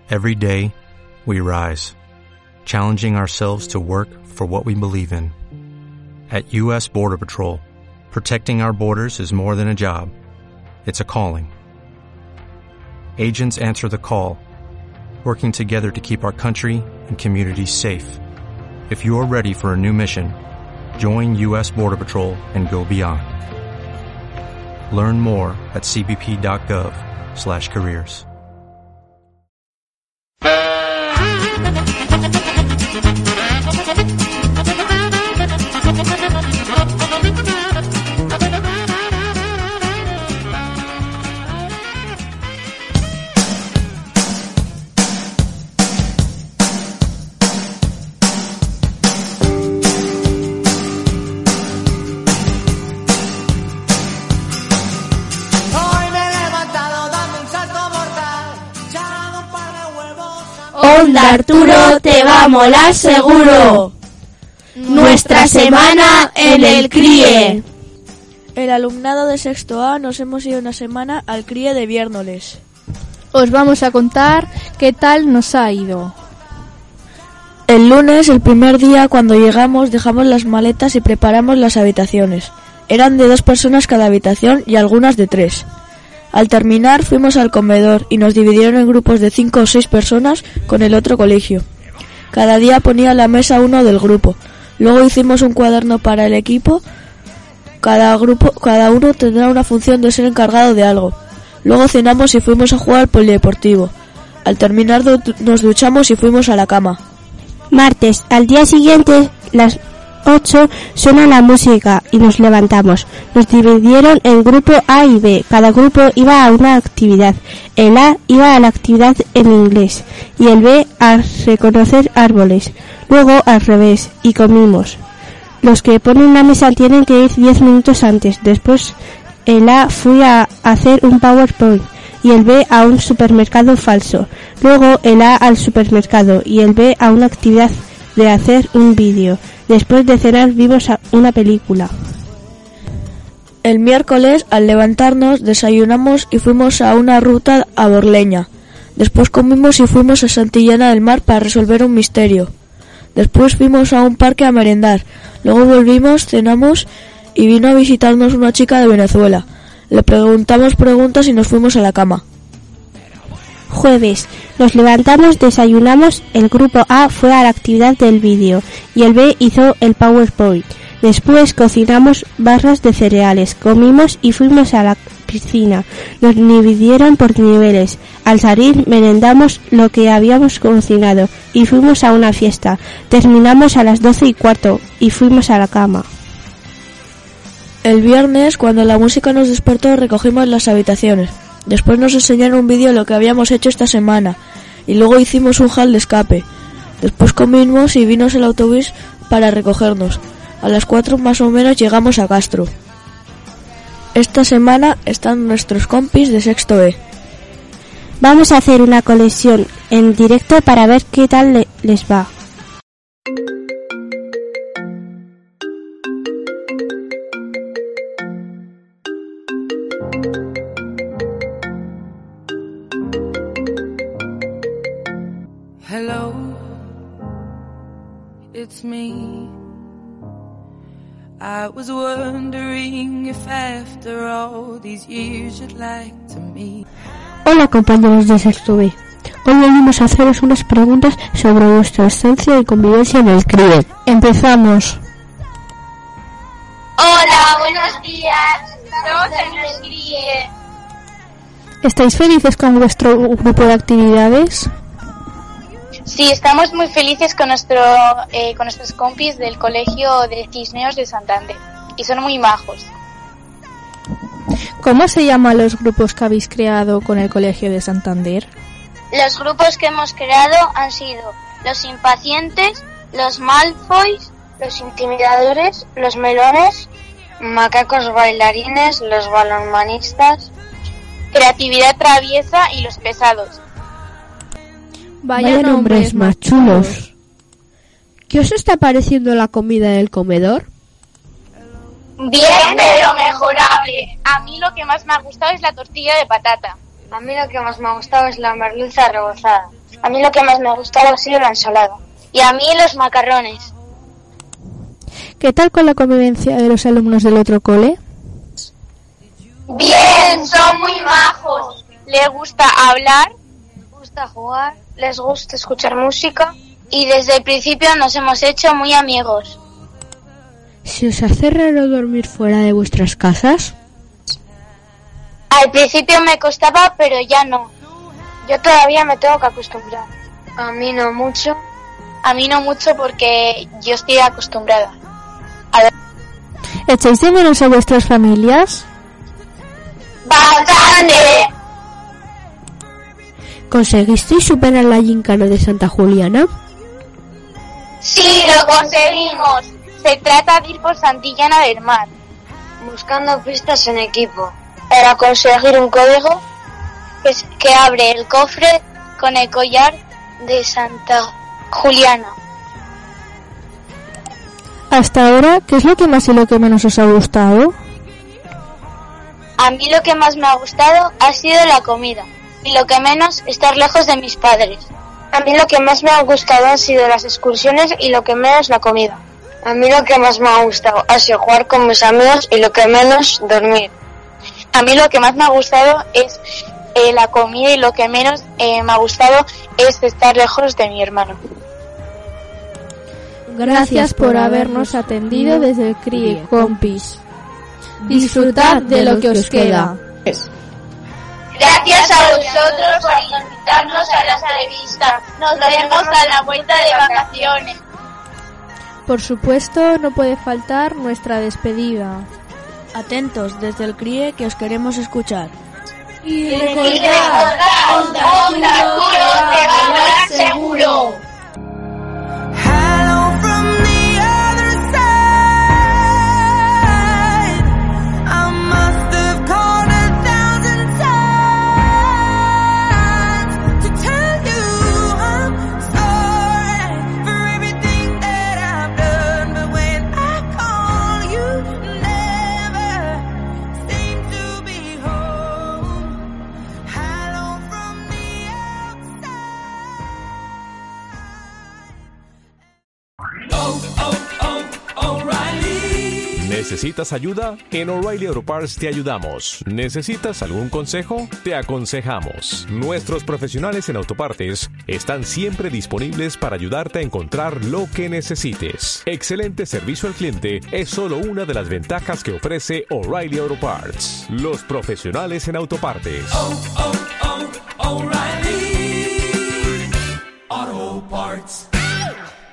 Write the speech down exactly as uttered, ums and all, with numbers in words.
Every day, we rise, challenging ourselves to work for what we believe in. At U S Border Patrol, protecting our borders is more than a job. It's a calling. Agents answer the call, working together to keep our country and communities safe. If you are ready for a new mission, join U S Border Patrol and go beyond. Learn more at cbp.gov slash careers. Onda Arturo, te va a molar seguro. Nuestra semana en el C R I E. El alumnado de sexto A nos hemos ido una semana al C R I E de Viérnoles. Os vamos a contar qué tal nos ha ido. El lunes, el primer día, cuando llegamos, dejamos las maletas y preparamos las habitaciones. Eran de dos personas cada habitación y algunas de tres. Al terminar fuimos al comedor y nos dividieron en grupos de cinco o seis personas con el otro colegio. Cada día ponía en la mesa uno del grupo. Luego hicimos un cuaderno para el equipo. Cada grupo, cada uno tendrá una función de ser encargado de algo. Luego cenamos y fuimos a jugar al polideportivo. Al terminar nos duchamos y fuimos a la cama. Martes, al día siguiente, las ocho, suena la música y nos levantamos. Nos dividieron en grupo A y B. Cada grupo iba a una actividad. El A iba a la actividad en inglés y el B a reconocer árboles. Luego al revés y comimos. Los que ponen la mesa tienen que ir diez minutos antes. Después el A fue a hacer un PowerPoint y el B a un supermercado falso. Luego el A al supermercado y el B a una actividad de hacer un vídeo. Después de cenar vimos una película. El miércoles, al levantarnos, desayunamos y fuimos a una ruta a Borleña. Después comimos y fuimos a Santillana del Mar para resolver un misterio. Después fuimos a un parque a merendar. Luego volvimos, cenamos y vino a visitarnos una chica de Venezuela. Le preguntamos preguntas y nos fuimos a la cama. Jueves, nos levantamos, desayunamos, el grupo A fue a la actividad del vídeo y el B hizo el PowerPoint. Después cocinamos barras de cereales, comimos y fuimos a la piscina. Nos dividieron por niveles. Al salir merendamos lo que habíamos cocinado y fuimos a una fiesta. Terminamos a las doce y cuarto y fuimos a la cama. El viernes, cuando la música nos despertó, recogimos las habitaciones. Después nos enseñaron un vídeo de lo que habíamos hecho esta semana y luego hicimos un hall de escape. Después comimos y vino el autobús para recogernos. A las cuatro más o menos llegamos a Castro. Esta semana están nuestros compis de sexto E. Vamos a hacer una colección en directo para ver qué tal le- les va. Hello, it's me. I was wondering if after all these years you'd like to meet. Hola compañeros de sexto B. Hoy venimos a haceros unas preguntas sobre vuestra estancia y convivencia en el C R I E. Empezamos. Hola, buenos días. Estamos en el C R I E. ¿Estáis felices con vuestro grupo de actividades? Sí, estamos muy felices con nuestro eh, con nuestros compis del colegio de Cisneros de Santander y son muy majos. ¿Cómo se llaman los grupos que habéis creado con el colegio de Santander? Los grupos que hemos creado han sido los impacientes, los Malfoys, los intimidadores, los melones, macacos bailarines, los balonmanistas, creatividad traviesa y los pesados. Vaya, Vaya nombres más chulos. ¿Qué os está pareciendo la comida del comedor? Bien, pero mejorable. A mí lo que más me ha gustado es la tortilla de patata. A mí lo que más me ha gustado es la merluza rebozada. A mí lo que más me ha gustado ha sido la ensalada. Y a mí los macarrones. ¿Qué tal con la convivencia de los alumnos del otro cole? Bien, son muy majos. Les gusta hablar, les gusta jugar, les gusta escuchar música y desde el principio nos hemos hecho muy amigos. ¿Se os hace raro dormir fuera de vuestras casas? Al principio me costaba, pero ya no. Yo todavía me tengo que acostumbrar. A mí no mucho. A mí no mucho porque yo estoy acostumbrada. A ver. ¿Echáis de menos a vuestras familias? ¡Bastante! ¿Conseguisteis superar la gincana de Santa Juliana? ¡Sí, lo conseguimos! Se trata de ir por Santillana del Mar, buscando pistas en equipo, para conseguir un código que, es, que abre el cofre con el collar de Santa Juliana. Hasta ahora, ¿qué es lo que más y lo que menos os ha gustado? A mí lo que más me ha gustado ha sido la comida, y lo que menos, estar lejos de mis padres. A mí lo que más me ha gustado han sido las excursiones y lo que menos la comida. A mí lo que más me ha gustado ha sido jugar con mis amigos y lo que menos dormir. A mí lo que más me ha gustado es eh, la comida y lo que menos eh, me ha gustado es estar lejos de mi hermano. Gracias por habernos atendido desde el C R I E, compis. Disfrutad de lo que os queda. Gracias a vosotros por invitarnos a la entrevista. Nos vemos a la vuelta de vacaciones. Por supuesto, no puede faltar nuestra despedida. Atentos desde el C R I E que os queremos escuchar. Y recordad, Onda Azul te va a dar seguro. ¿Necesitas ayuda? En O'Reilly Auto Parts te ayudamos. ¿Necesitas algún consejo? Te aconsejamos. Nuestros profesionales en autopartes están siempre disponibles para ayudarte a encontrar lo que necesites. Excelente servicio al cliente es solo una de las ventajas que ofrece O'Reilly Auto Parts. Los profesionales en autopartes. Oh, oh, oh, O'Reilly Auto Parts.